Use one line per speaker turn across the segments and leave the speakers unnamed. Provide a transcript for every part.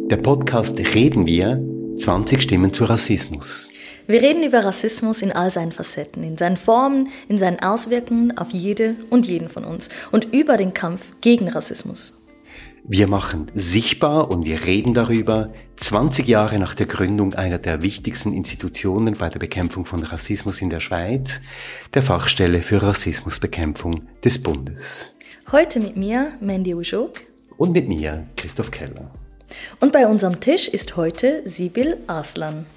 Der Podcast Reden wir, 20 Stimmen zu Rassismus.
Wir reden über Rassismus in all seinen Facetten, in seinen Formen, in seinen Auswirkungen auf jede und jeden von uns und über den Kampf gegen Rassismus.
Wir machen sichtbar und wir reden darüber, 20 Jahre nach der Gründung einer der wichtigsten Institutionen bei der Bekämpfung von Rassismus in der Schweiz, der Fachstelle für Rassismusbekämpfung des Bundes.
Heute mit mir, Mandy Ujok.
Und mit mir, Christoph Keller.
Und bei unserem Tisch ist heute Sibyl Arslan.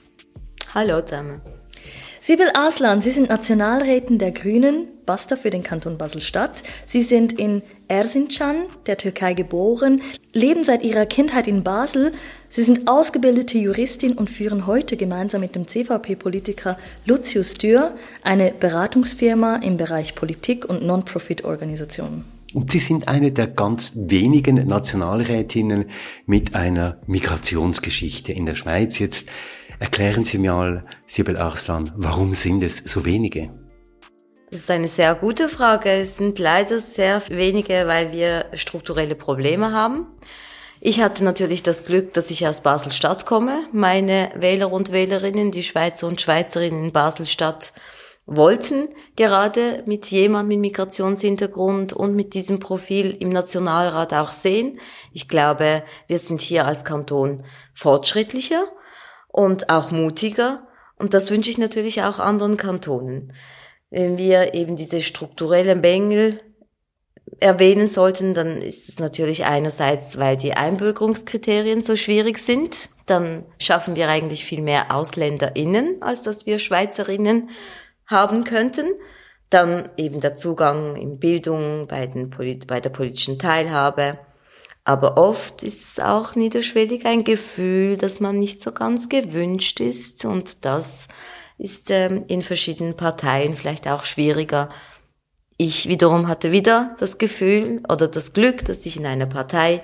Hallo zusammen.
Sibyl Arslan, Sie sind Nationalrätin der Grünen, Basta für den Kanton Basel-Stadt. Sie sind in Erzincan, der Türkei, geboren, leben seit ihrer Kindheit in Basel. Sie sind ausgebildete Juristin und führen heute gemeinsam mit dem CVP-Politiker Lucius Dürr eine Beratungsfirma im Bereich Politik und Non-Profit-Organisationen.
Und Sie sind eine der ganz wenigen Nationalrätinnen mit einer Migrationsgeschichte in der Schweiz. Jetzt erklären Sie mir mal, Sibyl Arslan, warum sind es so wenige?
Das ist eine sehr gute Frage. Es sind leider sehr wenige, weil wir strukturelle Probleme haben. Ich hatte natürlich das Glück, dass ich aus Basel-Stadt komme. Meine Wähler und Wählerinnen, die Schweizer und Schweizerinnen in Basel-Stadt, wollten gerade mit jemandem mit Migrationshintergrund und mit diesem Profil im Nationalrat auch sehen. Ich glaube, wir sind hier als Kanton fortschrittlicher und auch mutiger. Und das wünsche ich natürlich auch anderen Kantonen. Wenn wir eben diese strukturellen Mängel erwähnen sollten, dann ist es natürlich einerseits, weil die Einbürgerungskriterien so schwierig sind. Dann schaffen wir eigentlich viel mehr AusländerInnen, als dass wir SchweizerInnen haben könnten. Dann eben der Zugang in Bildung, bei der politischen Teilhabe. Aber oft ist es auch niederschwellig ein Gefühl, dass man nicht so ganz gewünscht ist. Und das ist in verschiedenen Parteien vielleicht auch schwieriger. Ich wiederum hatte wieder das Gefühl oder das Glück, dass ich in einer Partei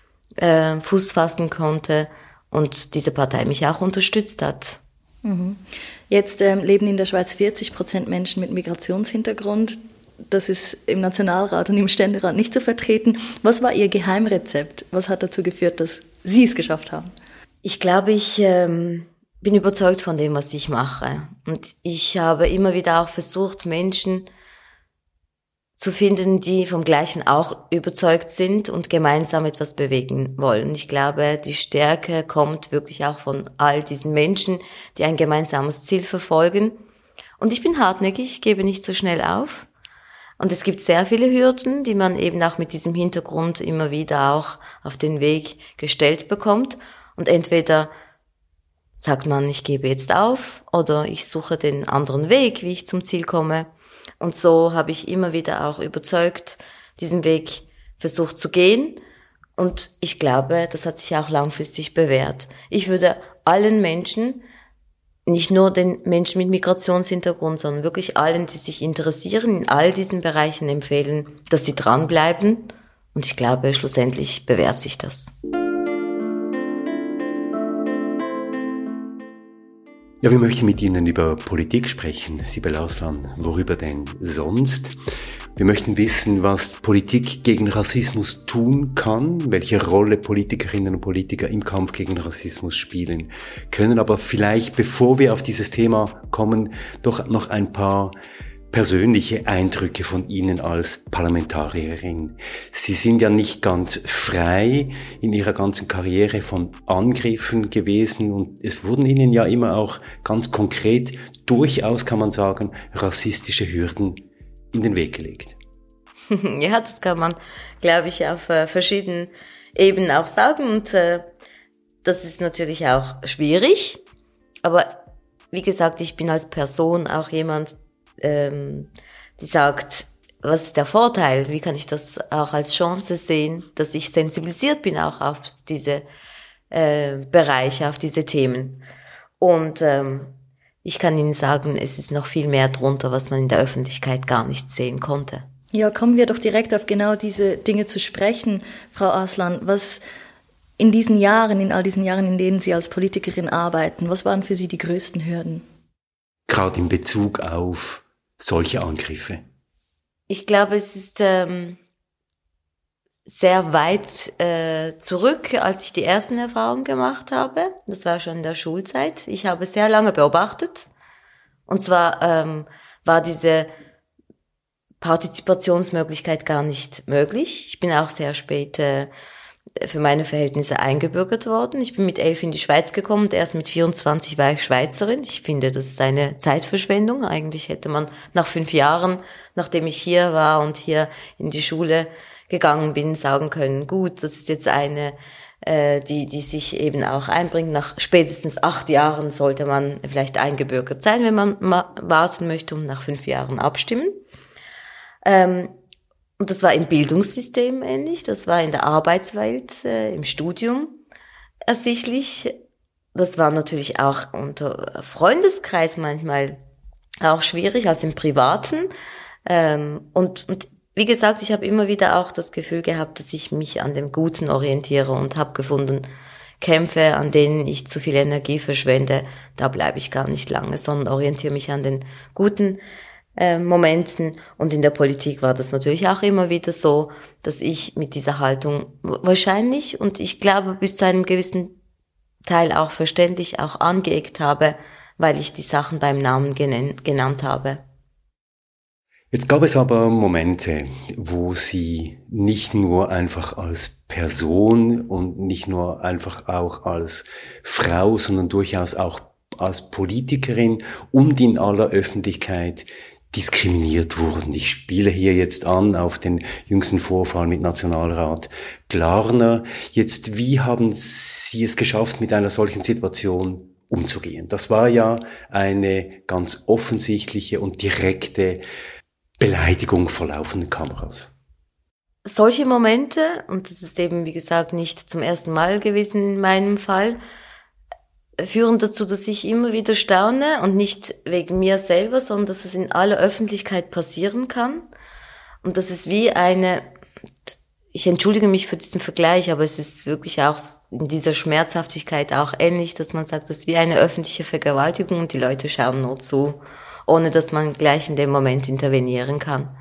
Fuß fassen konnte und diese Partei mich auch unterstützt hat.
Jetzt leben in der Schweiz 40% Menschen mit Migrationshintergrund. Das ist im Nationalrat und im Ständerat nicht zu vertreten. Was war Ihr Geheimrezept? Was hat dazu geführt, dass Sie es geschafft haben?
Ich glaube, ich bin überzeugt von dem, was ich mache. Und ich habe immer wieder auch versucht, Menschen zu finden, die vom Gleichen auch überzeugt sind und gemeinsam etwas bewegen wollen. Ich glaube, die Stärke kommt wirklich auch von all diesen Menschen, die ein gemeinsames Ziel verfolgen. Und ich bin hartnäckig, gebe nicht so schnell auf. Und es gibt sehr viele Hürden, die man eben auch mit diesem Hintergrund immer wieder auch auf den Weg gestellt bekommt. Und entweder sagt man, ich gebe jetzt auf, oder ich suche den anderen Weg, wie ich zum Ziel komme. Und so habe ich immer wieder auch überzeugt, diesen Weg versucht zu gehen. Und ich glaube, das hat sich auch langfristig bewährt. Ich würde allen Menschen, nicht nur den Menschen mit Migrationshintergrund, sondern wirklich allen, die sich interessieren, in all diesen Bereichen empfehlen, dass sie dranbleiben. Und ich glaube, schlussendlich bewährt sich das.
Ja, wir möchten mit Ihnen über Politik sprechen, Sibyl Arslan. Worüber denn sonst? Wir möchten wissen, was Politik gegen Rassismus tun kann, welche Rolle Politikerinnen und Politiker im Kampf gegen Rassismus spielen können. Aber vielleicht, bevor wir auf dieses Thema kommen, doch noch ein paar persönliche Eindrücke von Ihnen als Parlamentarierin. Sie sind ja nicht ganz frei in Ihrer ganzen Karriere von Angriffen gewesen und es wurden Ihnen ja immer auch ganz konkret, durchaus kann man sagen, rassistische Hürden in den Weg gelegt.
Ja, das kann man, glaube ich, auf verschiedenen Ebenen auch sagen und das ist natürlich auch schwierig, aber wie gesagt, ich bin als Person auch jemand, die sagt, was ist der Vorteil? Wie kann ich das auch als Chance sehen, dass ich sensibilisiert bin auch auf diese Bereiche, auf diese Themen. Und ich kann Ihnen sagen, es ist noch viel mehr drunter, was man in der Öffentlichkeit gar nicht sehen konnte.
Ja, kommen wir doch direkt auf genau diese Dinge zu sprechen, Frau Arslan. Was in all diesen Jahren, in denen Sie als Politikerin arbeiten, was waren für Sie die größten Hürden?
Gerade in Bezug auf solche Angriffe.
Ich glaube, es ist sehr weit zurück, als ich die ersten Erfahrungen gemacht habe. Das war schon in der Schulzeit. Ich habe sehr lange beobachtet. Und zwar war diese Partizipationsmöglichkeit gar nicht möglich. Ich bin auch sehr spät für meine Verhältnisse eingebürgert worden. Ich bin mit 11 in die Schweiz gekommen und erst mit 24 war ich Schweizerin. Ich finde, das ist eine Zeitverschwendung. Eigentlich hätte man nach 5 Jahren, nachdem ich hier war und hier in die Schule gegangen bin, sagen können, gut, das ist jetzt eine, die sich eben auch einbringt. Nach spätestens 8 Jahren sollte man vielleicht eingebürgert sein, wenn man warten möchte und nach 5 Jahren abstimmen. Und das war im Bildungssystem ähnlich, das war in der Arbeitswelt, im Studium ersichtlich. Das war natürlich auch unter Freundeskreis manchmal auch schwierig, also im Privaten. Und wie gesagt, ich habe immer wieder auch das Gefühl gehabt, dass ich mich an dem Guten orientiere und habe gefunden, Kämpfe, an denen ich zu viel Energie verschwende, da bleibe ich gar nicht lange, sondern orientiere mich an den guten Momenten. Und in der Politik war das natürlich auch immer wieder so, dass ich mit dieser Haltung wahrscheinlich und ich glaube bis zu einem gewissen Teil auch verständlich auch angeeckt habe, weil ich die Sachen beim Namen genannt habe.
Jetzt gab es aber Momente, wo Sie nicht nur einfach als Person und nicht nur einfach auch als Frau, sondern durchaus auch als Politikerin und in aller Öffentlichkeit diskriminiert wurden. Ich spiele hier jetzt an auf den jüngsten Vorfall mit Nationalrat Glarner. Jetzt, wie haben Sie es geschafft, mit einer solchen Situation umzugehen? Das war ja eine ganz offensichtliche und direkte Beleidigung vor laufenden Kameras.
Solche Momente, und das ist eben, wie gesagt, nicht zum ersten Mal gewesen in meinem Fall, führen dazu, dass ich immer wieder staune und nicht wegen mir selber, sondern dass es in aller Öffentlichkeit passieren kann. Und das ist wie ich entschuldige mich für diesen Vergleich, aber es ist wirklich auch in dieser Schmerzhaftigkeit auch ähnlich, dass man sagt, das ist wie eine öffentliche Vergewaltigung und die Leute schauen nur zu, ohne dass man gleich in dem Moment intervenieren kann.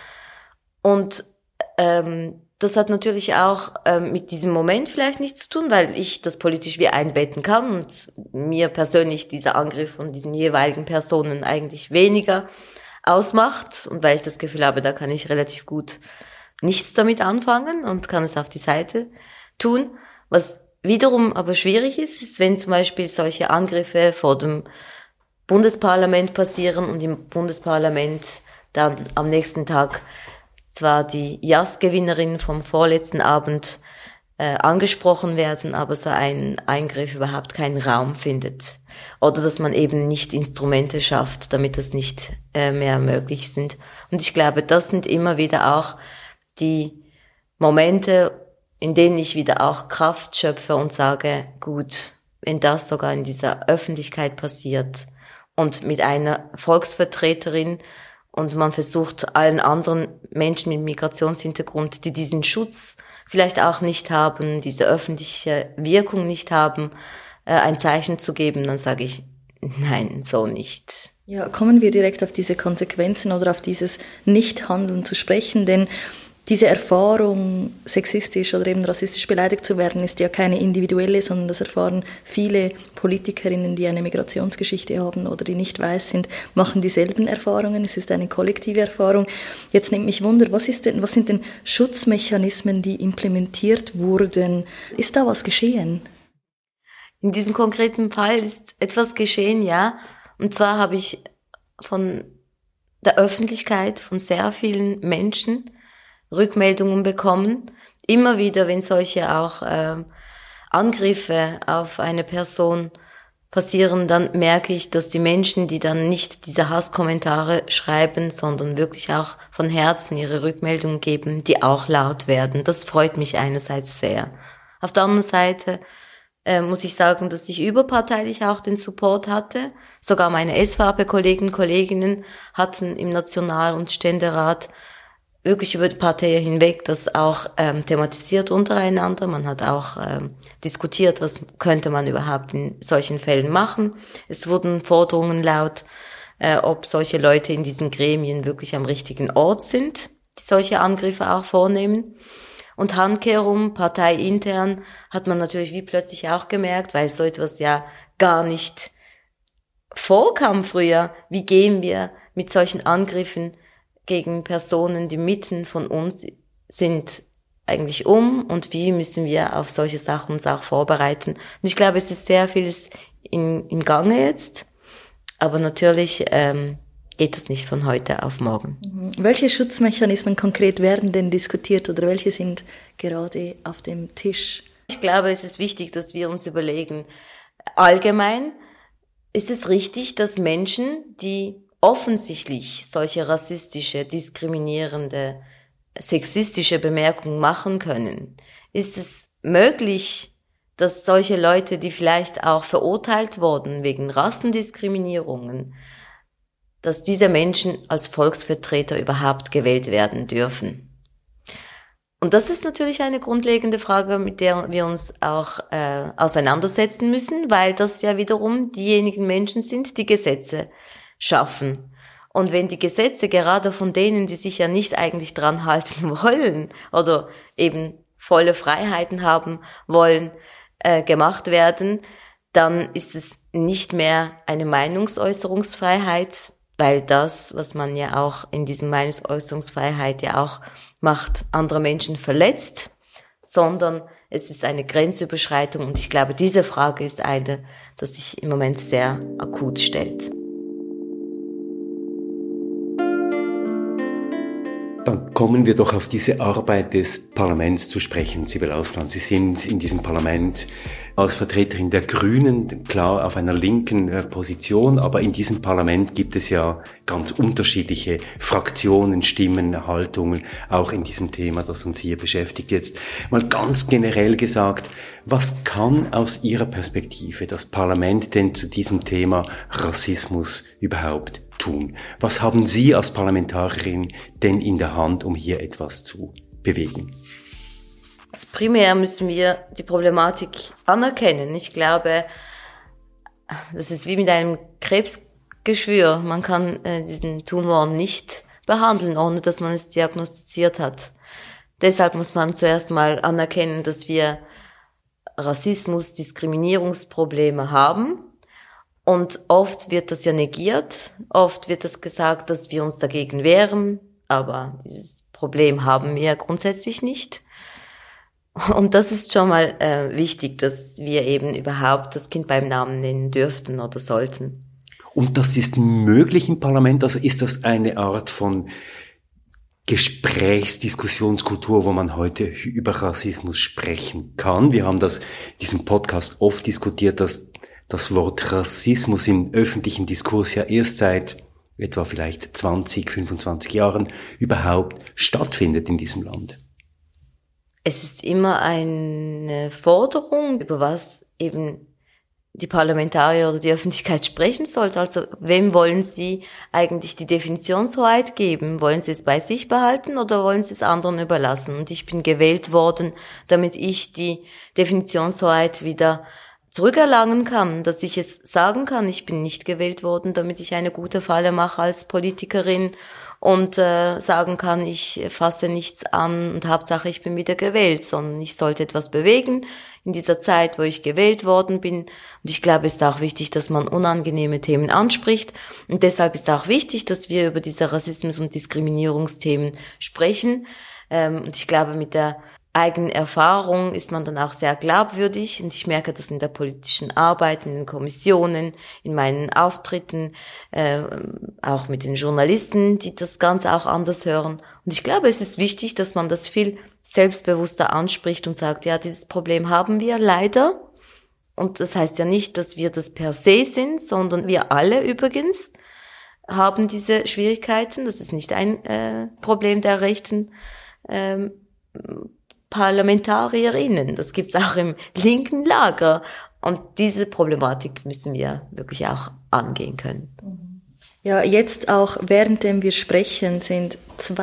Und das hat natürlich auch mit diesem Moment vielleicht nichts zu tun, weil ich das politisch wie einbetten kann und mir persönlich dieser Angriff von diesen jeweiligen Personen eigentlich weniger ausmacht und weil ich das Gefühl habe, da kann ich relativ gut nichts damit anfangen und kann es auf die Seite tun. Was wiederum aber schwierig ist, wenn zum Beispiel solche Angriffe vor dem Bundesparlament passieren und im Bundesparlament dann am nächsten Tag zwar die JAS-Gewinnerin vom vorletzten Abend angesprochen werden, aber so ein Eingriff überhaupt keinen Raum findet. Oder dass man eben nicht Instrumente schafft, damit das nicht mehr möglich sind. Und ich glaube, das sind immer wieder auch die Momente, in denen ich wieder auch Kraft schöpfe und sage, gut, wenn das sogar in dieser Öffentlichkeit passiert und mit einer Volksvertreterin und man versucht, allen anderen Menschen mit Migrationshintergrund, die diesen Schutz vielleicht auch nicht haben, diese öffentliche Wirkung nicht haben, ein Zeichen zu geben, dann sage ich, nein, so nicht.
Ja, kommen wir direkt auf diese Konsequenzen oder auf dieses Nichthandeln zu sprechen, denn diese Erfahrung, sexistisch oder eben rassistisch beleidigt zu werden, ist ja keine individuelle, sondern das erfahren viele Politikerinnen, die eine Migrationsgeschichte haben oder die nicht weiß sind, machen dieselben Erfahrungen. Es ist eine kollektive Erfahrung. Jetzt nimmt mich Wunder, was sind denn Schutzmechanismen, die implementiert wurden? Ist da was geschehen?
In diesem konkreten Fall ist etwas geschehen, ja. Und zwar habe ich von der Öffentlichkeit, von sehr vielen Menschen Rückmeldungen bekommen. Immer wieder, wenn solche auch Angriffe auf eine Person passieren, dann merke ich, dass die Menschen, die dann nicht diese Hasskommentare schreiben, sondern wirklich auch von Herzen ihre Rückmeldungen geben, die auch laut werden. Das freut mich einerseits sehr. Auf der anderen Seite muss ich sagen, dass ich überparteilich auch den Support hatte. Sogar meine SVP-Kollegen und Kolleginnen hatten im National- und Ständerat wirklich über die Parteien hinweg das auch thematisiert untereinander. Man hat auch diskutiert, was könnte man überhaupt in solchen Fällen machen. Es wurden Forderungen laut, ob solche Leute in diesen Gremien wirklich am richtigen Ort sind, die solche Angriffe auch vornehmen. Und handkehrum, parteiintern, hat man natürlich wie plötzlich auch gemerkt, weil so etwas ja gar nicht vorkam früher. Wie gehen wir mit solchen Angriffen gegen Personen, die mitten von uns sind, eigentlich und wie müssen wir auf solche Sachen uns auch vorbereiten? Und ich glaube, es ist sehr vieles im Gange jetzt, aber natürlich geht es nicht von heute auf morgen.
Welche Schutzmechanismen konkret werden denn diskutiert oder welche sind gerade auf dem Tisch?
Ich glaube, es ist wichtig, dass wir uns überlegen, allgemein ist es richtig, dass Menschen, die offensichtlich solche rassistische, diskriminierende, sexistische Bemerkungen machen können, ist es möglich, dass solche Leute, die vielleicht auch verurteilt wurden wegen Rassendiskriminierungen, dass diese Menschen als Volksvertreter überhaupt gewählt werden dürfen. Und das ist natürlich eine grundlegende Frage, mit der wir uns auch auseinandersetzen müssen, weil das ja wiederum diejenigen Menschen sind, die Gesetze schaffen. Und wenn die Gesetze gerade von denen, die sich ja nicht eigentlich dran halten wollen oder eben volle Freiheiten haben wollen, gemacht werden, dann ist es nicht mehr eine Meinungsäußerungsfreiheit, weil das, was man ja auch in diesem Meinungsäußerungsfreiheit ja auch macht, andere Menschen verletzt, sondern es ist eine Grenzüberschreitung und ich glaube, diese Frage ist eine, die sich im Moment sehr akut stellt.
Dann kommen wir doch auf diese Arbeit des Parlaments zu sprechen, Sibel Aasland. Sie sind in diesem Parlament als Vertreterin der Grünen, klar auf einer linken Position, aber in diesem Parlament gibt es ja ganz unterschiedliche Fraktionen, Stimmen, Haltungen, auch in diesem Thema, das uns hier beschäftigt. Jetzt mal ganz generell gesagt, was kann aus Ihrer Perspektive das Parlament denn zu diesem Thema Rassismus überhaupt tun? Was haben Sie als Parlamentarierin denn in der Hand, um hier etwas zu bewegen?
Also primär müssen wir die Problematik anerkennen. Ich glaube, das ist wie mit einem Krebsgeschwür. Man kann diesen Tumor nicht behandeln, ohne dass man es diagnostiziert hat. Deshalb muss man zuerst mal anerkennen, dass wir Rassismus, Diskriminierungsprobleme haben. Und oft wird das ja negiert, oft wird das gesagt, dass wir uns dagegen wehren, aber dieses Problem haben wir grundsätzlich nicht. Und das ist schon mal wichtig, dass wir eben überhaupt das Kind beim Namen nennen dürften oder sollten.
Und das ist möglich im Parlament? Also ist das eine Art von Diskussionskultur, wo man heute über Rassismus sprechen kann? Wir haben das in diesem Podcast oft diskutiert, dass das Wort Rassismus im öffentlichen Diskurs ja erst seit etwa vielleicht 20, 25 Jahren überhaupt stattfindet in diesem Land.
Es ist immer eine Forderung, über was eben die Parlamentarier oder die Öffentlichkeit sprechen soll. Also wem wollen Sie eigentlich die Definitionshoheit geben? Wollen Sie es bei sich behalten oder wollen Sie es anderen überlassen? Und ich bin gewählt worden, damit ich die Definitionshoheit wieder zurückerlangen kann, dass ich es sagen kann, ich bin nicht gewählt worden, damit ich eine gute Falle mache als Politikerin und sagen kann, ich fasse nichts an und Hauptsache ich bin wieder gewählt, sondern ich sollte etwas bewegen in dieser Zeit, wo ich gewählt worden bin. Und ich glaube, es ist auch wichtig, dass man unangenehme Themen anspricht und deshalb ist auch wichtig, dass wir über diese Rassismus- und Diskriminierungsthemen sprechen. Und ich glaube, mit der eigenen Erfahrung ist man dann auch sehr glaubwürdig und ich merke das in der politischen Arbeit, in den Kommissionen, in meinen Auftritten, auch mit den Journalisten, die das Ganze auch anders hören. Und ich glaube, es ist wichtig, dass man das viel selbstbewusster anspricht und sagt, ja, dieses Problem haben wir leider. Und das heißt ja nicht, dass wir das per se sind, sondern wir alle übrigens haben diese Schwierigkeiten. Das ist nicht ein Problem der rechten Parlamentarierinnen. Das gibt's auch im linken Lager. Und diese Problematik müssen wir wirklich auch angehen können.
Ja, jetzt auch, währenddem wir sprechen, sind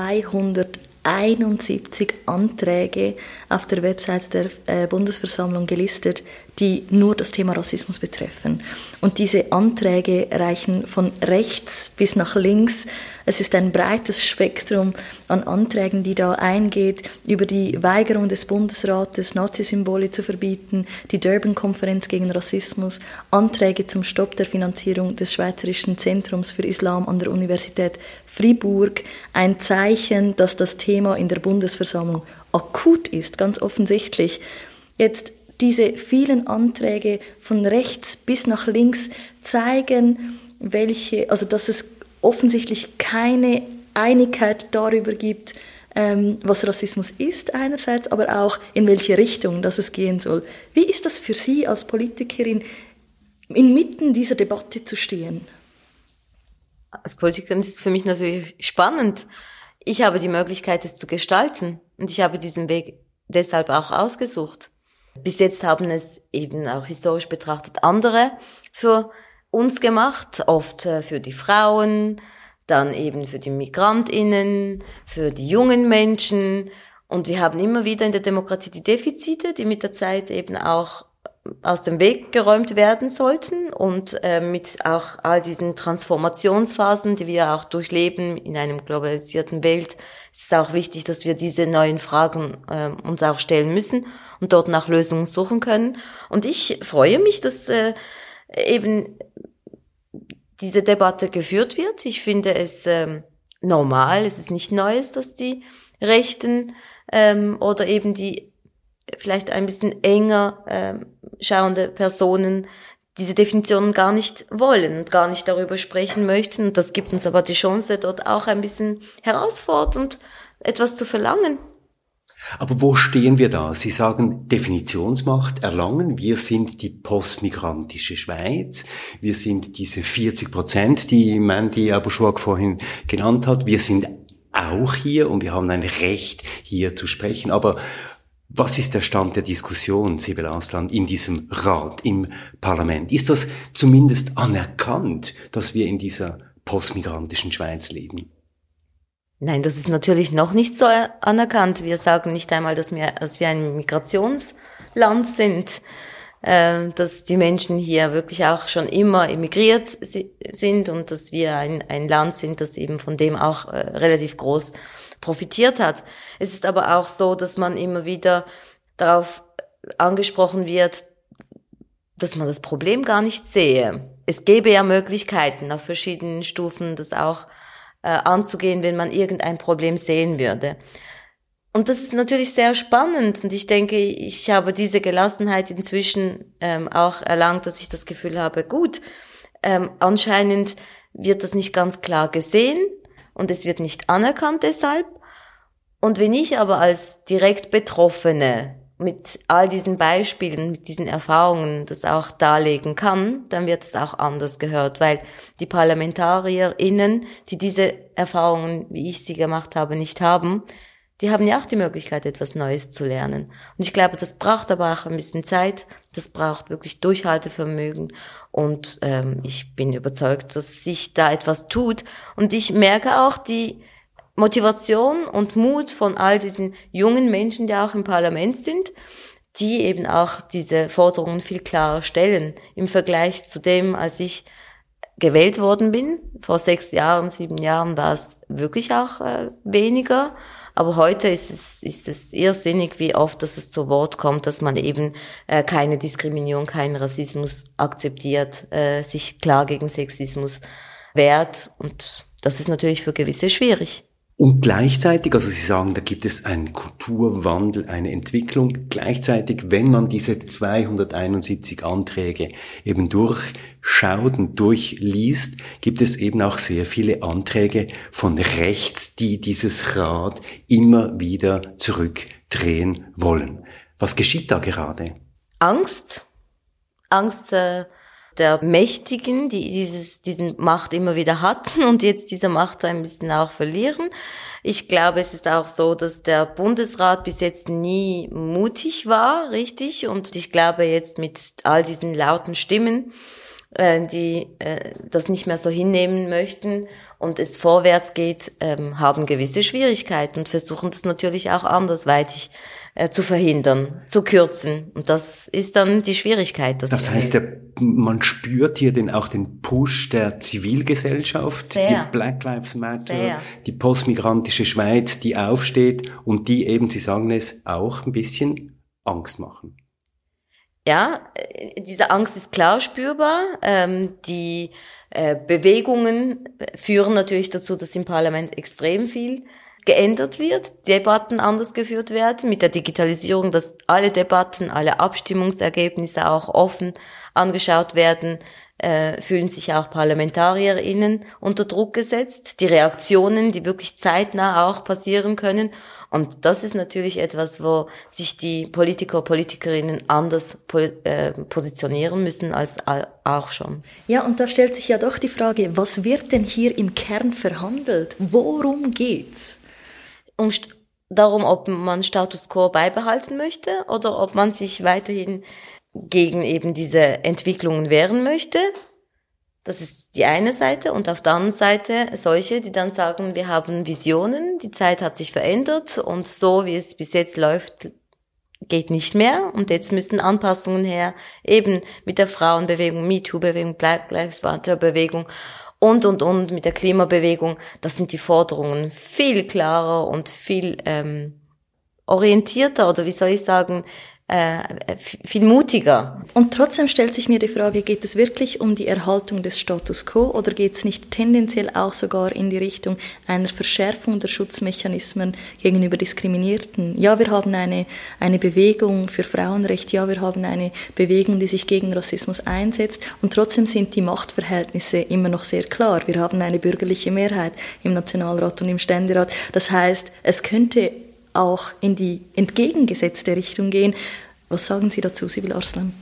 271 Anträge auf der Webseite der Bundesversammlung gelistet, die nur das Thema Rassismus betreffen. Und diese Anträge reichen von rechts bis nach links. Es ist ein breites Spektrum an Anträgen, die da eingeht, über die Weigerung des Bundesrates, Nazisymbole zu verbieten, die Durban-Konferenz gegen Rassismus, Anträge zum Stopp der Finanzierung des Schweizerischen Zentrums für Islam an der Universität Fribourg, ein Zeichen, dass das Thema in der Bundesversammlung akut ist, ganz offensichtlich. Jetzt diese vielen Anträge von rechts bis nach links zeigen, dass es offensichtlich keine Einigkeit darüber gibt, was Rassismus ist einerseits, aber auch in welche Richtung das es gehen soll. Wie ist das für Sie als Politikerin, inmitten dieser Debatte zu stehen?
Als Politikerin ist es für mich natürlich spannend. Ich habe die Möglichkeit, es zu gestalten, und ich habe diesen Weg deshalb auch ausgesucht. Bis jetzt haben es eben auch historisch betrachtet andere für uns gemacht, oft für die Frauen, dann eben für die MigrantInnen, für die jungen Menschen. Und wir haben immer wieder in der Demokratie die Defizite, die mit der Zeit eben auch aus dem Weg geräumt werden sollten, und mit auch all diesen Transformationsphasen, die wir auch durchleben in einem globalisierten Welt, ist es auch wichtig, dass wir diese neuen Fragen uns auch stellen müssen und dort nach Lösungen suchen können. Und ich freue mich, dass eben diese Debatte geführt wird. Ich finde es normal, es ist nicht Neues, dass die Rechten oder eben die vielleicht ein bisschen enger schauende Personen diese Definitionen gar nicht wollen und gar nicht darüber sprechen möchten. Und das gibt uns aber die Chance, dort auch ein bisschen herausfordernd etwas zu verlangen.
Aber wo stehen wir da? Sie sagen Definitionsmacht erlangen. Wir sind die postmigrantische Schweiz. Wir sind diese 40%, die Mandy Abushwak vorhin genannt hat. Wir sind auch hier und wir haben ein Recht, hier zu sprechen. Aber was ist der Stand der Diskussion, Sibel Aslan, in diesem Rat, im Parlament? Ist das zumindest anerkannt, dass wir in dieser postmigrantischen Schweiz leben?
Nein, das ist natürlich noch nicht so anerkannt. Wir sagen nicht einmal, dass wir ein Migrationsland sind, dass die Menschen hier wirklich auch schon immer emigriert sind und dass wir ein Land sind, das eben von dem auch relativ groß profitiert hat. Es ist aber auch so, dass man immer wieder darauf angesprochen wird, dass man das Problem gar nicht sehe. Es gäbe ja Möglichkeiten, auf verschiedenen Stufen das auch anzugehen, wenn man irgendein Problem sehen würde. Und das ist natürlich sehr spannend, und ich denke, ich habe diese Gelassenheit inzwischen auch erlangt, dass ich das Gefühl habe, gut, anscheinend wird das nicht ganz klar gesehen und es wird nicht anerkannt deshalb. Und wenn ich aber als direkt Betroffene mit all diesen Beispielen, mit diesen Erfahrungen das auch darlegen kann, dann wird es auch anders gehört, weil die ParlamentarierInnen, die diese Erfahrungen, wie ich sie gemacht habe, nicht haben, die haben ja auch die Möglichkeit, etwas Neues zu lernen. Und ich glaube, das braucht aber auch ein bisschen Zeit, das braucht wirklich Durchhaltevermögen, und ich bin überzeugt, dass sich da etwas tut. Und ich merke auch die Motivation und Mut von all diesen jungen Menschen, die auch im Parlament sind, die eben auch diese Forderungen viel klarer stellen im Vergleich zu dem, als ich gewählt worden bin. Vor 6 Jahren, 7 Jahren war es wirklich auch weniger. Aber heute ist es irrsinnig, wie oft dass es zu Wort kommt, dass man eben keine Diskriminierung, keinen Rassismus akzeptiert, sich klar gegen Sexismus wehrt. Und das ist natürlich für gewisse schwierig.
Und gleichzeitig, also Sie sagen, da gibt es einen Kulturwandel, eine Entwicklung. Gleichzeitig, wenn man diese 271 Anträge eben durchschaut und durchliest, gibt es eben auch sehr viele Anträge von rechts, die dieses Rad immer wieder zurückdrehen wollen. Was geschieht da gerade?
Angst der Mächtigen, die diesen Macht immer wieder hatten und jetzt diese Macht ein bisschen auch verlieren. Ich glaube, es ist auch so, dass der Bundesrat bis jetzt nie mutig war, richtig? Und ich glaube, jetzt mit all diesen lauten Stimmen die das nicht mehr so hinnehmen möchten und es vorwärts geht, haben gewisse Schwierigkeiten und versuchen das natürlich auch andersweitig zu verhindern, zu kürzen. Und das ist dann die Schwierigkeit.
Das heißt, man spürt hier auch den Push der Zivilgesellschaft,
Sehr.
die Black Lives Matter,
Sehr.
die postmigrantische Schweiz, die aufsteht und die eben, Sie sagen es, auch ein bisschen Angst machen.
Ja, diese Angst ist klar spürbar. Die Bewegungen führen natürlich dazu, dass im Parlament extrem viel geändert wird, Debatten anders geführt werden, mit der Digitalisierung, dass alle Debatten, alle Abstimmungsergebnisse auch offen angeschaut werden, fühlen sich auch ParlamentarierInnen unter Druck gesetzt. Die Reaktionen, die wirklich zeitnah auch passieren können. Und das ist natürlich etwas, wo sich die Politiker, Politikerinnen anders positionieren müssen als auch schon.
Ja, und da stellt sich ja doch die Frage, was wird denn hier im Kern verhandelt? Worum geht's?
Darum, ob man Status quo beibehalten möchte oder ob man sich weiterhin gegen eben diese Entwicklungen wehren möchte. Das ist die eine Seite. Und auf der anderen Seite solche, die dann sagen, wir haben Visionen, die Zeit hat sich verändert und so, wie es bis jetzt läuft, geht nicht mehr. Und jetzt müssen Anpassungen her, eben mit der Frauenbewegung, MeToo-Bewegung, Black Lives Matter-Bewegung und mit der Klimabewegung. Das sind die Forderungen viel klarer und viel orientierter oder wie soll ich sagen, viel mutiger.
Und trotzdem stellt sich mir die Frage, geht es wirklich um die Erhaltung des Status quo oder geht es nicht tendenziell auch sogar in die Richtung einer Verschärfung der Schutzmechanismen gegenüber Diskriminierten? Ja, wir haben eine Bewegung für Frauenrecht, ja, wir haben eine Bewegung, die sich gegen Rassismus einsetzt und trotzdem sind die Machtverhältnisse immer noch sehr klar. Wir haben eine bürgerliche Mehrheit im Nationalrat und im Ständerat. Das heißt, es könnte auch in die entgegengesetzte Richtung gehen. Was sagen Sie dazu, Sibylle Arslan?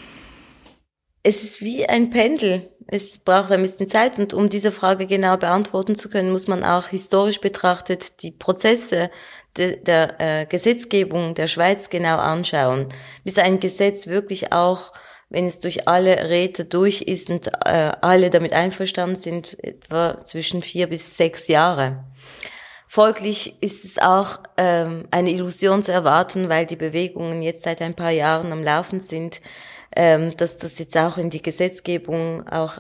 Es ist wie ein Pendel. Es braucht ein bisschen Zeit und um diese Frage genau beantworten zu können, muss man auch historisch betrachtet die Prozesse der Gesetzgebung der Schweiz genau anschauen. Bis ein Gesetz wirklich auch, wenn es durch alle Räte durch ist und alle damit einverstanden sind, etwa zwischen 4 bis 6 Jahre. Folglich ist es auch eine Illusion zu erwarten, weil die Bewegungen jetzt seit ein paar Jahren am Laufen sind, dass das jetzt auch in die Gesetzgebung auch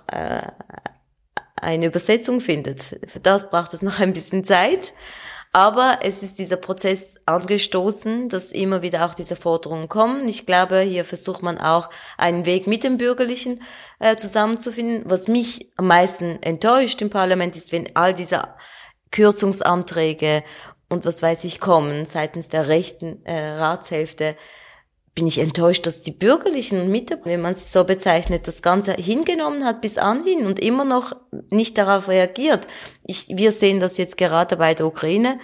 eine Übersetzung findet. Für das braucht es noch ein bisschen Zeit. Aber es ist dieser Prozess angestoßen, dass immer wieder auch diese Forderungen kommen. Ich glaube, hier versucht man auch einen Weg mit dem Bürgerlichen zusammenzufinden. Was mich am meisten enttäuscht im Parlament ist, wenn all diese Kürzungsanträge und was weiß ich kommen seitens der rechten Ratshälfte, bin ich enttäuscht, dass die Bürgerlichen und Mitarbeiter, wenn man sie so bezeichnet, das Ganze hingenommen hat bis anhin und immer noch nicht darauf reagiert. Wir sehen das jetzt gerade bei der Ukraine,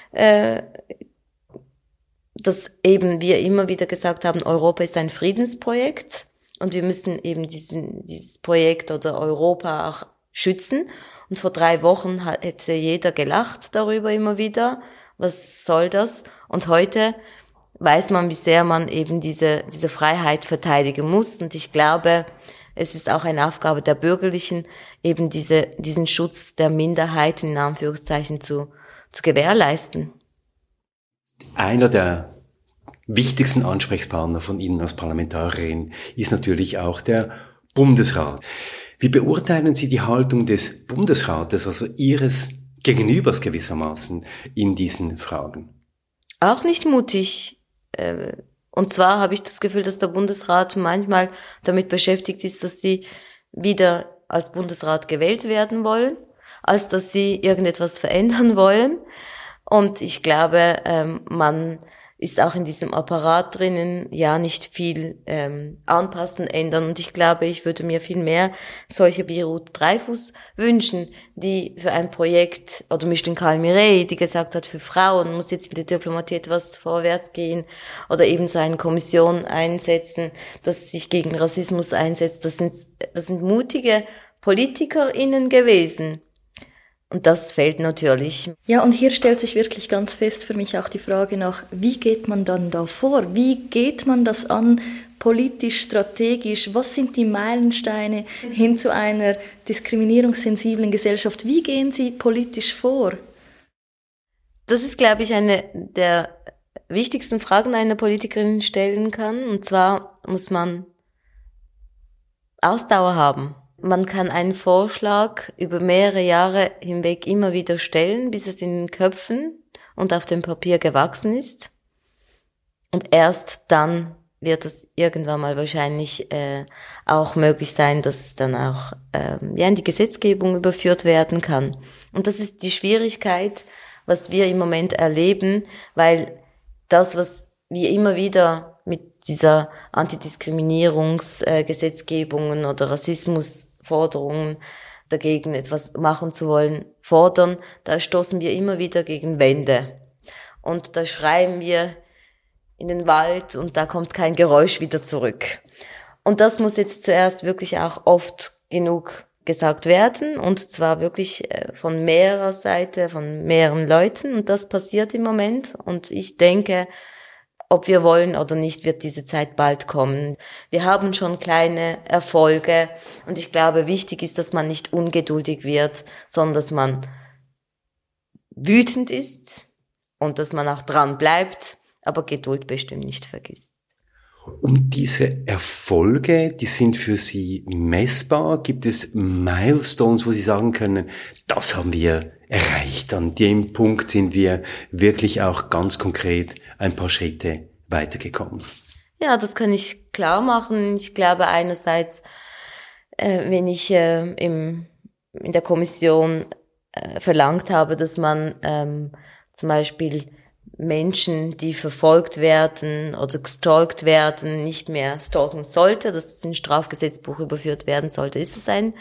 dass eben wir immer wieder gesagt haben, Europa ist ein Friedensprojekt und wir müssen eben dieses Projekt oder Europa auch schützen. Und vor 3 Wochen hätte jeder gelacht darüber immer wieder. Was soll das? Und heute weiß man, wie sehr man eben diese Freiheit verteidigen muss. Und ich glaube, es ist auch eine Aufgabe der Bürgerlichen, eben diesen Schutz der Minderheiten in Anführungszeichen zu gewährleisten.
Einer der wichtigsten Ansprechpartner von Ihnen als Parlamentarierin ist natürlich auch der Bundesrat. Wie beurteilen Sie die Haltung des Bundesrates, also Ihres Gegenübers gewissermaßen, in diesen Fragen?
Auch nicht mutig. Und zwar habe ich das Gefühl, dass der Bundesrat manchmal damit beschäftigt ist, dass sie wieder als Bundesrat gewählt werden wollen, als dass sie irgendetwas verändern wollen. Und ich glaube, man ist auch in diesem Apparat drinnen, ja, nicht viel anpassen, ändern. Und ich glaube, ich würde mir viel mehr solche wie Ruth Dreifuss wünschen, die für ein Projekt, oder Micheline Karl-Mireille, die gesagt hat, für Frauen muss jetzt in der Diplomatie etwas vorwärts gehen, oder eben so eine Kommission einsetzen, das sich gegen Rassismus einsetzt. Das sind mutige PolitikerInnen gewesen. Und das fehlt natürlich.
Ja, und hier stellt sich wirklich ganz fest für mich auch die Frage nach, wie geht man dann da vor? Wie geht man das an, politisch, strategisch? Was sind die Meilensteine hin zu einer diskriminierungssensiblen Gesellschaft? Wie gehen Sie politisch vor?
Das ist, glaube ich, eine der wichtigsten Fragen, die eine Politikerin stellen kann. Und zwar muss man Ausdauer haben. Man kann einen Vorschlag über mehrere Jahre hinweg immer wieder stellen, bis es in den Köpfen und auf dem Papier gewachsen ist. Und erst dann wird es irgendwann mal wahrscheinlich auch möglich sein, dass es dann auch in die Gesetzgebung überführt werden kann. Und das ist die Schwierigkeit, was wir im Moment erleben, weil das, was wir immer wieder mit dieser Antidiskriminierungsgesetzgebungen oder Rassismusforderungen dagegen etwas machen zu wollen, fordern, da stoßen wir immer wieder gegen Wände. Und da schreien wir in den Wald und da kommt kein Geräusch wieder zurück. Und das muss jetzt zuerst wirklich auch oft genug gesagt werden, und zwar wirklich von mehrerer Seite, von mehreren Leuten, und das passiert im Moment, und ich denke, ob wir wollen oder nicht, wird diese Zeit bald kommen. Wir haben schon kleine Erfolge, und ich glaube, wichtig ist, dass man nicht ungeduldig wird, sondern dass man wütend ist und dass man auch dran bleibt, aber Geduld bestimmt nicht vergisst.
Und diese Erfolge, die sind für Sie messbar? Gibt es Milestones, wo Sie sagen können, das haben wir erreicht, an dem Punkt sind wir wirklich auch ganz konkret ein paar Schritte weitergekommen?
Ja, das kann ich klar machen. Ich glaube einerseits, wenn ich in der Kommission verlangt habe, dass man zum Beispiel Menschen, die verfolgt werden oder gestalkt werden, nicht mehr stalken sollte, dass es ins Strafgesetzbuch überführt werden sollte, ist es ein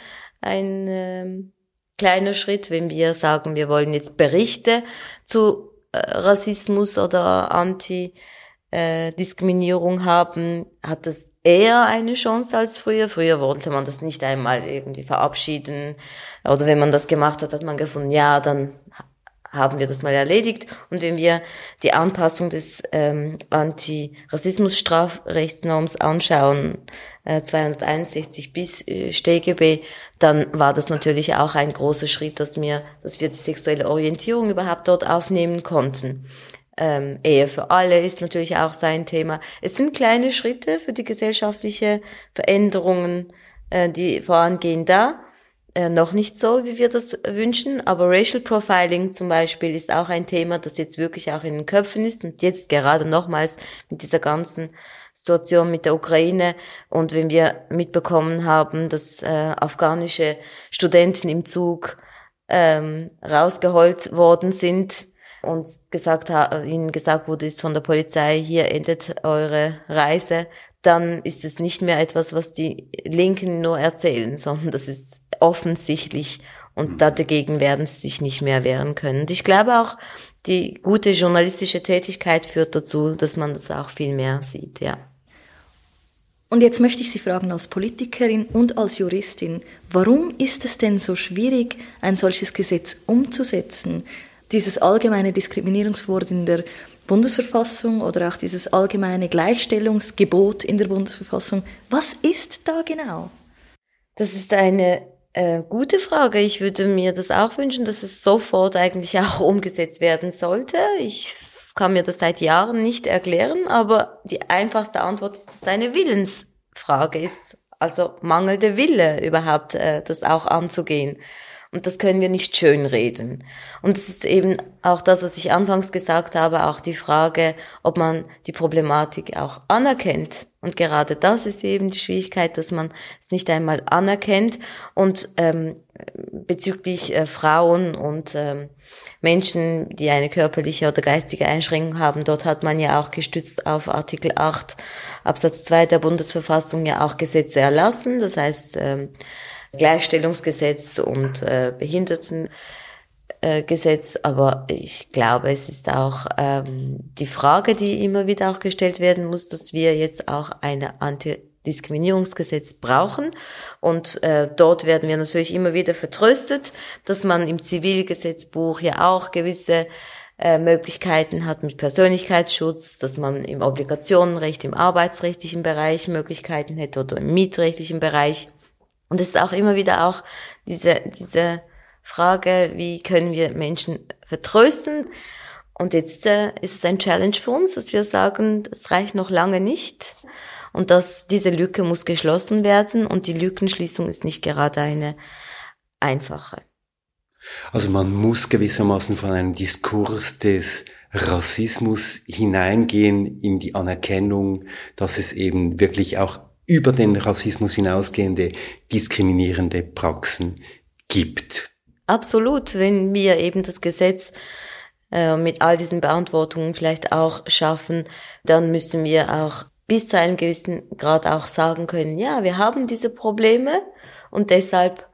kleiner Schritt. Wenn wir sagen, wir wollen jetzt Berichte zu Rassismus oder Antidiskriminierung haben, hat das eher eine Chance als früher. Früher wollte man das nicht einmal irgendwie verabschieden, oder wenn man das gemacht hat, hat man gefunden, ja, dann haben wir das mal erledigt. Und wenn wir die Anpassung des Antirassismus-Strafrechtsnorms anschauen, 261 bis StGB, dann war das natürlich auch ein großer Schritt, dass wir die sexuelle Orientierung überhaupt dort aufnehmen konnten. Ehe für alle ist natürlich auch so ein Thema. Es sind kleine Schritte für die gesellschaftliche Veränderungen, die vorangehen da. Noch nicht so, wie wir das wünschen, aber Racial Profiling zum Beispiel ist auch ein Thema, das jetzt wirklich auch in den Köpfen ist, und jetzt gerade nochmals mit dieser ganzen Situation mit der Ukraine, und wenn wir mitbekommen haben, dass afghanische Studenten im Zug rausgeholt worden sind und ihnen gesagt wurde, ist von der Polizei, hier endet eure Reise, dann ist es nicht mehr etwas, was die Linken nur erzählen, sondern das ist offensichtlich, und dagegen werden sie sich nicht mehr wehren können. Und ich glaube auch, die gute journalistische Tätigkeit führt dazu, dass man das auch viel mehr sieht, ja.
Und jetzt möchte ich Sie fragen, als Politikerin und als Juristin, warum ist es denn so schwierig, ein solches Gesetz umzusetzen? Dieses allgemeine Diskriminierungsverbot in der Bundesverfassung oder auch dieses allgemeine Gleichstellungsgebot in der Bundesverfassung. Was ist da genau?
Das ist eine gute Frage. Ich würde mir das auch wünschen, dass es sofort eigentlich auch umgesetzt werden sollte. Ich kann mir das seit Jahren nicht erklären, aber die einfachste Antwort ist, dass es eine Willensfrage ist. Also mangelnde Wille überhaupt, das auch anzugehen. Und das können wir nicht schönreden. Und es ist eben auch das, was ich anfangs gesagt habe, auch die Frage, ob man die Problematik auch anerkennt. Und gerade das ist eben die Schwierigkeit, dass man es nicht einmal anerkennt. Und bezüglich Frauen und Menschen, die eine körperliche oder geistige Einschränkung haben, dort hat man ja auch gestützt auf Artikel 8 Absatz 2 der Bundesverfassung ja auch Gesetze erlassen. Das heißt, Gleichstellungsgesetz und Behindertengesetz, aber ich glaube, es ist auch die Frage, die immer wieder auch gestellt werden muss, dass wir jetzt auch eine Diskriminierungsgesetz brauchen. Und dort werden wir natürlich immer wieder vertröstet, dass man im Zivilgesetzbuch ja auch gewisse Möglichkeiten hat mit Persönlichkeitsschutz, dass man im Obligationenrecht, im arbeitsrechtlichen Bereich Möglichkeiten hätte oder im mietrechtlichen Bereich. Und es ist auch immer wieder auch diese Frage, wie können wir Menschen vertrösten? Und jetzt ist es ein Challenge für uns, dass wir sagen, es reicht noch lange nicht und dass diese Lücke muss geschlossen werden und die Lückenschließung ist nicht gerade eine einfache.
Also man muss gewissermaßen von einem Diskurs des Rassismus hineingehen in die Anerkennung, dass es eben wirklich auch über den Rassismus hinausgehende diskriminierende Praxen gibt.
Absolut, wenn wir eben das Gesetz mit all diesen Beantwortungen vielleicht auch schaffen, dann müssen wir auch bis zu einem gewissen Grad auch sagen können, ja, wir haben diese Probleme und deshalb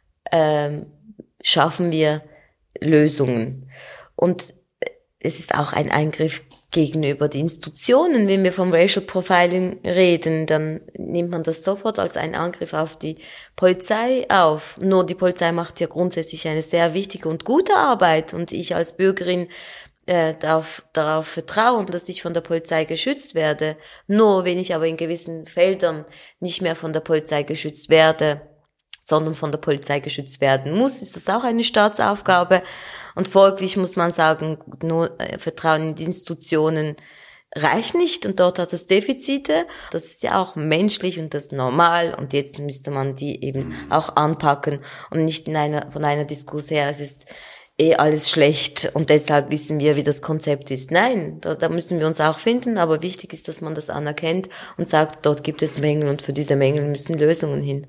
schaffen wir Lösungen. Und es ist auch ein Eingriff gegenüber den Institutionen. Wenn wir vom Racial Profiling reden, dann nimmt man das sofort als einen Angriff auf die Polizei auf. Nur die Polizei macht ja grundsätzlich eine sehr wichtige und gute Arbeit und ich als Bürgerin darf darauf vertrauen, dass ich von der Polizei geschützt werde. Nur wenn ich aber in gewissen Feldern nicht mehr von der Polizei geschützt werde, sondern von der Polizei geschützt werden muss, ist das auch eine Staatsaufgabe. Und folglich muss man sagen, nur Vertrauen in die Institutionen reicht nicht und dort hat es Defizite. Das ist ja auch menschlich und das ist normal und jetzt müsste man die eben auch anpacken und nicht von einer Diskurs her, es ist alles schlecht und deshalb wissen wir, wie das Konzept ist. Nein, da müssen wir uns auch finden, aber wichtig ist, dass man das anerkennt und sagt, dort gibt es Mängel und für diese Mängel müssen Lösungen hin.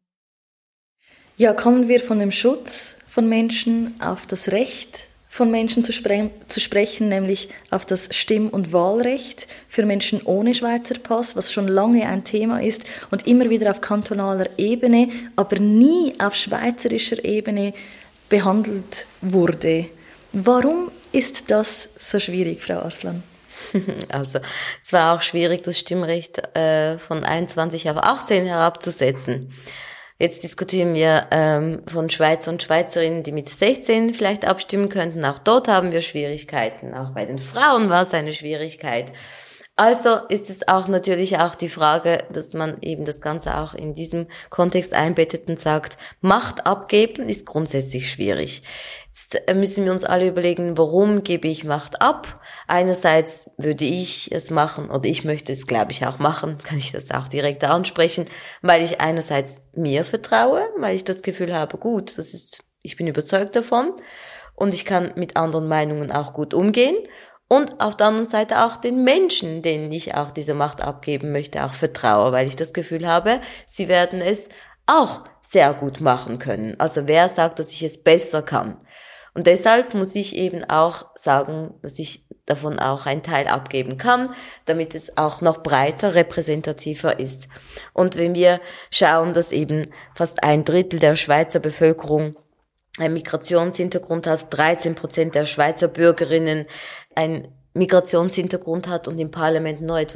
Ja, kommen wir von dem Schutz von Menschen auf das Recht von Menschen zu sprechen, nämlich auf das Stimm- und Wahlrecht für Menschen ohne Schweizer Pass, was schon lange ein Thema ist und immer wieder auf kantonaler Ebene, aber nie auf schweizerischer Ebene behandelt wurde. Warum ist das so schwierig, Frau Arslan?
Also, es war auch schwierig, das Stimmrecht von 21 auf 18 herabzusetzen. Jetzt diskutieren wir von Schweizer und Schweizerinnen, die mit 16 vielleicht abstimmen könnten. Auch dort haben wir Schwierigkeiten. Auch bei den Frauen war es eine Schwierigkeit. Also ist es auch natürlich auch die Frage, dass man eben das Ganze auch in diesem Kontext einbettet und sagt, Macht abgeben ist grundsätzlich schwierig. Jetzt müssen wir uns alle überlegen, warum gebe ich Macht ab? Einerseits würde ich es machen oder ich möchte es, glaube ich, auch machen, kann ich das auch direkt ansprechen, weil ich einerseits mir vertraue, weil ich das Gefühl habe, gut, ich bin überzeugt davon und ich kann mit anderen Meinungen auch gut umgehen. Und auf der anderen Seite auch den Menschen, denen ich auch diese Macht abgeben möchte, auch vertraue, weil ich das Gefühl habe, sie werden es auch sehr gut machen können. Also wer sagt, dass ich es besser kann? Und deshalb muss ich eben auch sagen, dass ich davon auch einen Teil abgeben kann, damit es auch noch breiter, repräsentativer ist. Und wenn wir schauen, dass eben fast 1/3 der Schweizer Bevölkerung einen Migrationshintergrund hat, 13% der Schweizer Bürgerinnen einen Migrationshintergrund hat und im Parlament nur etwa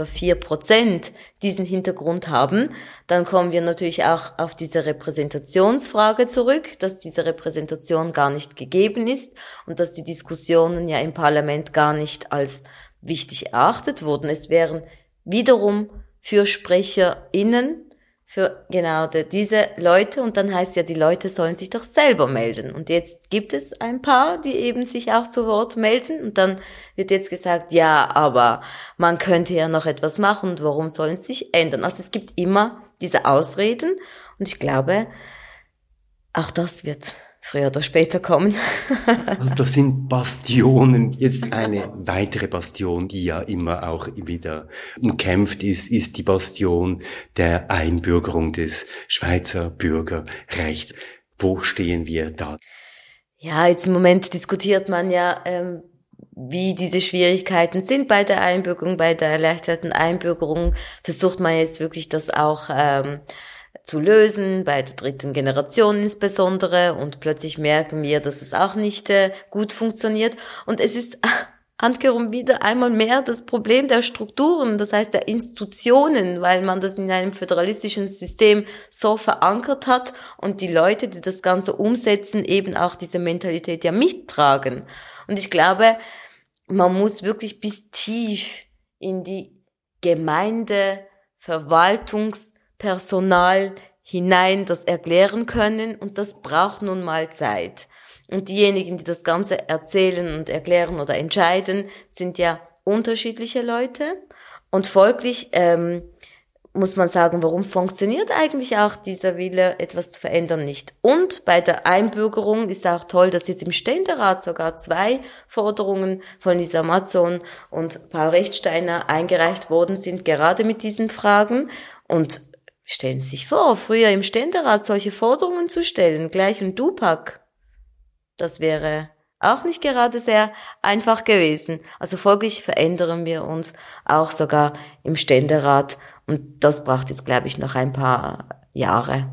4% diesen Hintergrund haben, dann kommen wir natürlich auch auf diese Repräsentationsfrage zurück, dass diese Repräsentation gar nicht gegeben ist und dass die Diskussionen ja im Parlament gar nicht als wichtig erachtet wurden. Es wären wiederum FürsprecherInnen für genau diese Leute und dann heißt ja, die Leute sollen sich doch selber melden. Und jetzt gibt es ein paar, die eben sich auch zu Wort melden und dann wird jetzt gesagt, ja, aber man könnte ja noch etwas machen und warum sollen sie sich ändern? Also es gibt immer diese Ausreden und ich glaube, auch das wird früher oder später kommen.
Also das sind Bastionen. Jetzt eine weitere Bastion, die ja immer auch wieder umkämpft ist die Bastion der Einbürgerung des Schweizer Bürgerrechts. Wo stehen wir da?
Ja, jetzt im Moment diskutiert man ja, wie diese Schwierigkeiten sind bei der Einbürgerung, bei der erleichterten Einbürgerung. Versucht man jetzt wirklich das auch zu lösen, bei der 3. Generation insbesondere und plötzlich merken wir, dass es auch nicht gut funktioniert und es ist handkehrum wieder einmal mehr das Problem der Strukturen, das heißt der Institutionen, weil man das in einem föderalistischen System so verankert hat und die Leute, die das Ganze umsetzen, eben auch diese Mentalität ja mittragen. Und ich glaube, man muss wirklich bis tief in die Gemeinde, Verwaltungspersonal hinein das erklären können und das braucht nun mal Zeit. Und diejenigen, die das Ganze erzählen und erklären oder entscheiden, sind ja unterschiedliche Leute. Und folglich muss man sagen, warum funktioniert eigentlich auch dieser Wille, etwas zu verändern, nicht? Und bei der Einbürgerung ist auch toll, dass jetzt im Ständerat sogar 2 Forderungen von Lisa Mazzon und Paul Rechtsteiner eingereicht worden sind, gerade mit diesen Fragen. Und stellen Sie sich vor, früher im Ständerat solche Forderungen zu stellen, gleich ein Dupak. Das wäre auch nicht gerade sehr einfach gewesen. Also folglich verändern wir uns auch sogar im Ständerat. Und das braucht jetzt, glaube ich, noch ein paar Jahre.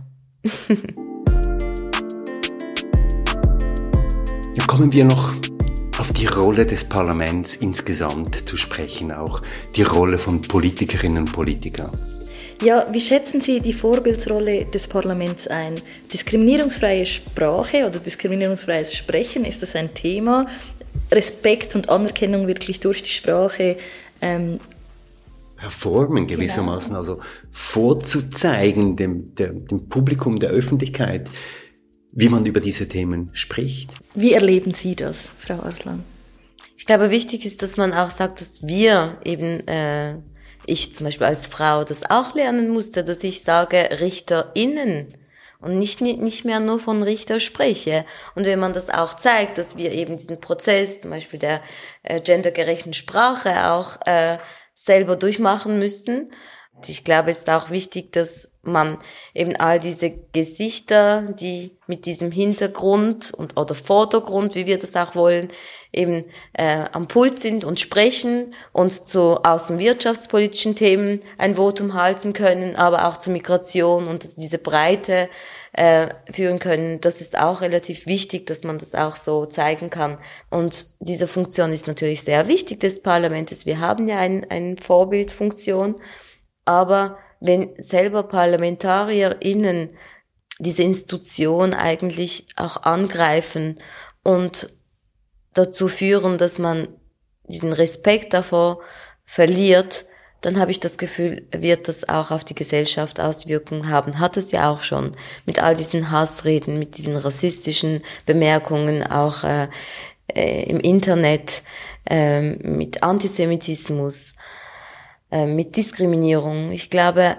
Ja, kommen wir noch auf die Rolle des Parlaments insgesamt zu sprechen, auch die Rolle von Politikerinnen und Politikern.
Ja, wie schätzen Sie die Vorbildsrolle des Parlaments ein? Diskriminierungsfreie Sprache oder diskriminierungsfreies Sprechen, ist das ein Thema? Respekt und Anerkennung wirklich durch die Sprache
performen gewissermaßen, genau. Also vorzuzeigen dem Publikum, der Öffentlichkeit, wie man über diese Themen spricht.
Wie erleben Sie das, Frau Arslan?
Ich glaube, wichtig ist, dass man auch sagt, dass wir eben ich zum Beispiel als Frau das auch lernen musste, dass ich sage RichterInnen und nicht mehr nur von Richter spreche. Und wenn man das auch zeigt, dass wir eben diesen Prozess, zum Beispiel der gendergerechten Sprache auch selber durchmachen müssen. Ich glaube, es ist auch wichtig, dass man eben all diese Gesichter, die mit diesem Hintergrund oder Vordergrund, wie wir das auch wollen, eben am Pult sind und sprechen und zu außenwirtschaftspolitischen Themen ein Votum halten können, aber auch zur Migration und dass diese Breite führen können. Das ist auch relativ wichtig, dass man das auch so zeigen kann. Und diese Funktion ist natürlich sehr wichtig des Parlaments. Wir haben ja eine Vorbildfunktion, aber wenn selber ParlamentarierInnen diese Institution eigentlich auch angreifen und dazu führen, dass man diesen Respekt davor verliert, dann habe ich das Gefühl, wird das auch auf die Gesellschaft Auswirkungen haben. Hat es ja auch schon mit all diesen Hassreden, mit diesen rassistischen Bemerkungen, auch im Internet, mit Antisemitismus, mit Diskriminierung. Ich glaube,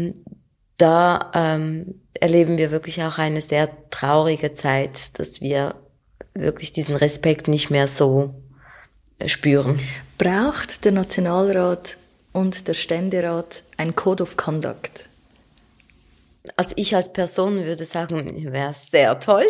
da erleben wir wirklich auch eine sehr traurige Zeit, dass wir wirklich diesen Respekt nicht mehr so spüren.
Braucht der Nationalrat und der Ständerat ein Code of Conduct?
Also ich als Person würde sagen, wäre sehr toll.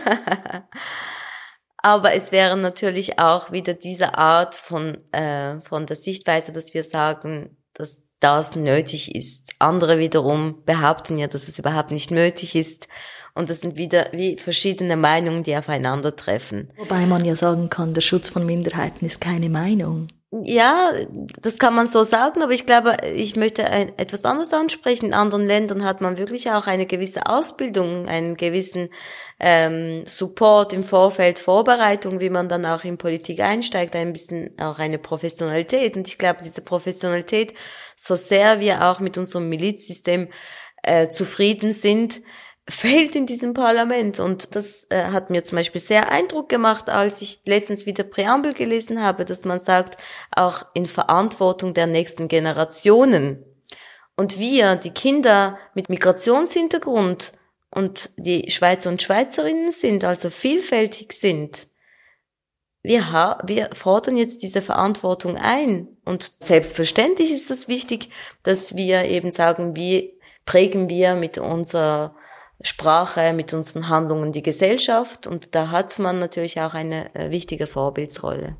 Aber es wäre natürlich auch wieder diese Art von der Sichtweise, dass wir sagen, dass das nötig ist. Andere wiederum behaupten ja, dass es überhaupt nicht nötig ist. Und das sind wieder wie verschiedene Meinungen, die aufeinandertreffen.
Wobei man ja sagen kann, der Schutz von Minderheiten ist keine Meinung.
Ja, das kann man so sagen, aber ich glaube, ich möchte etwas anderes ansprechen. In anderen Ländern hat man wirklich auch eine gewisse Ausbildung, einen gewissen Support im Vorfeld, Vorbereitung, wie man dann auch in Politik einsteigt, ein bisschen auch eine Professionalität. Und ich glaube, diese Professionalität, so sehr wir auch mit unserem Milizsystem zufrieden sind, fehlt in diesem Parlament. Und das hat mir zum Beispiel sehr Eindruck gemacht, als ich letztens wieder Präambel gelesen habe, dass man sagt, auch in Verantwortung der nächsten Generationen. Und wir, die Kinder mit Migrationshintergrund und die Schweizer und Schweizerinnen sind, also vielfältig sind, wir fordern jetzt diese Verantwortung ein. Und selbstverständlich ist es wichtig, dass wir eben sagen, wie prägen wir mit unserer Sprache, mit unseren Handlungen die Gesellschaft, und da hat man natürlich auch eine wichtige Vorbildsrolle.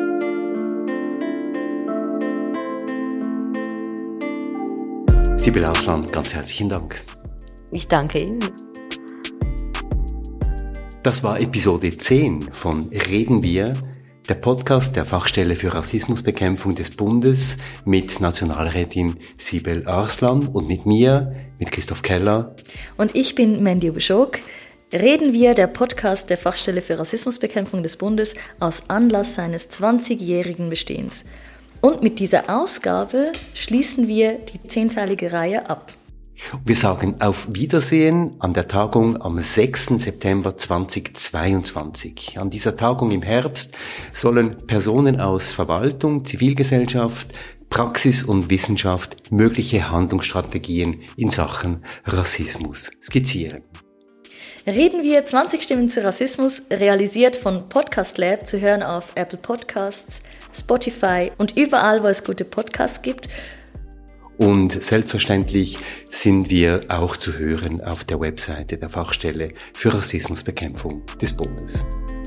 Sibylle Arslan, ganz herzlichen Dank.
Ich danke Ihnen.
Das war Episode 10 von Reden wir, der Podcast der Fachstelle für Rassismusbekämpfung des Bundes mit Nationalrätin Sibel Arslan und mit mir, mit Christoph Keller.
Und ich bin Mandy Beschok. Reden wir, der Podcast der Fachstelle für Rassismusbekämpfung des Bundes, aus Anlass seines 20-jährigen Bestehens. Und mit dieser Ausgabe schließen wir die 10-teilige Reihe ab.
Wir sagen auf Wiedersehen an der Tagung am 6. September 2022. An dieser Tagung im Herbst sollen Personen aus Verwaltung, Zivilgesellschaft, Praxis und Wissenschaft mögliche Handlungsstrategien in Sachen Rassismus skizzieren.
Reden wir 20 Stimmen zu Rassismus, realisiert von Podcast Lab, zu hören auf Apple Podcasts, Spotify und überall, wo es gute Podcasts gibt.
Und selbstverständlich sind wir auch zu hören auf der Webseite der Fachstelle für Rassismusbekämpfung des Bundes.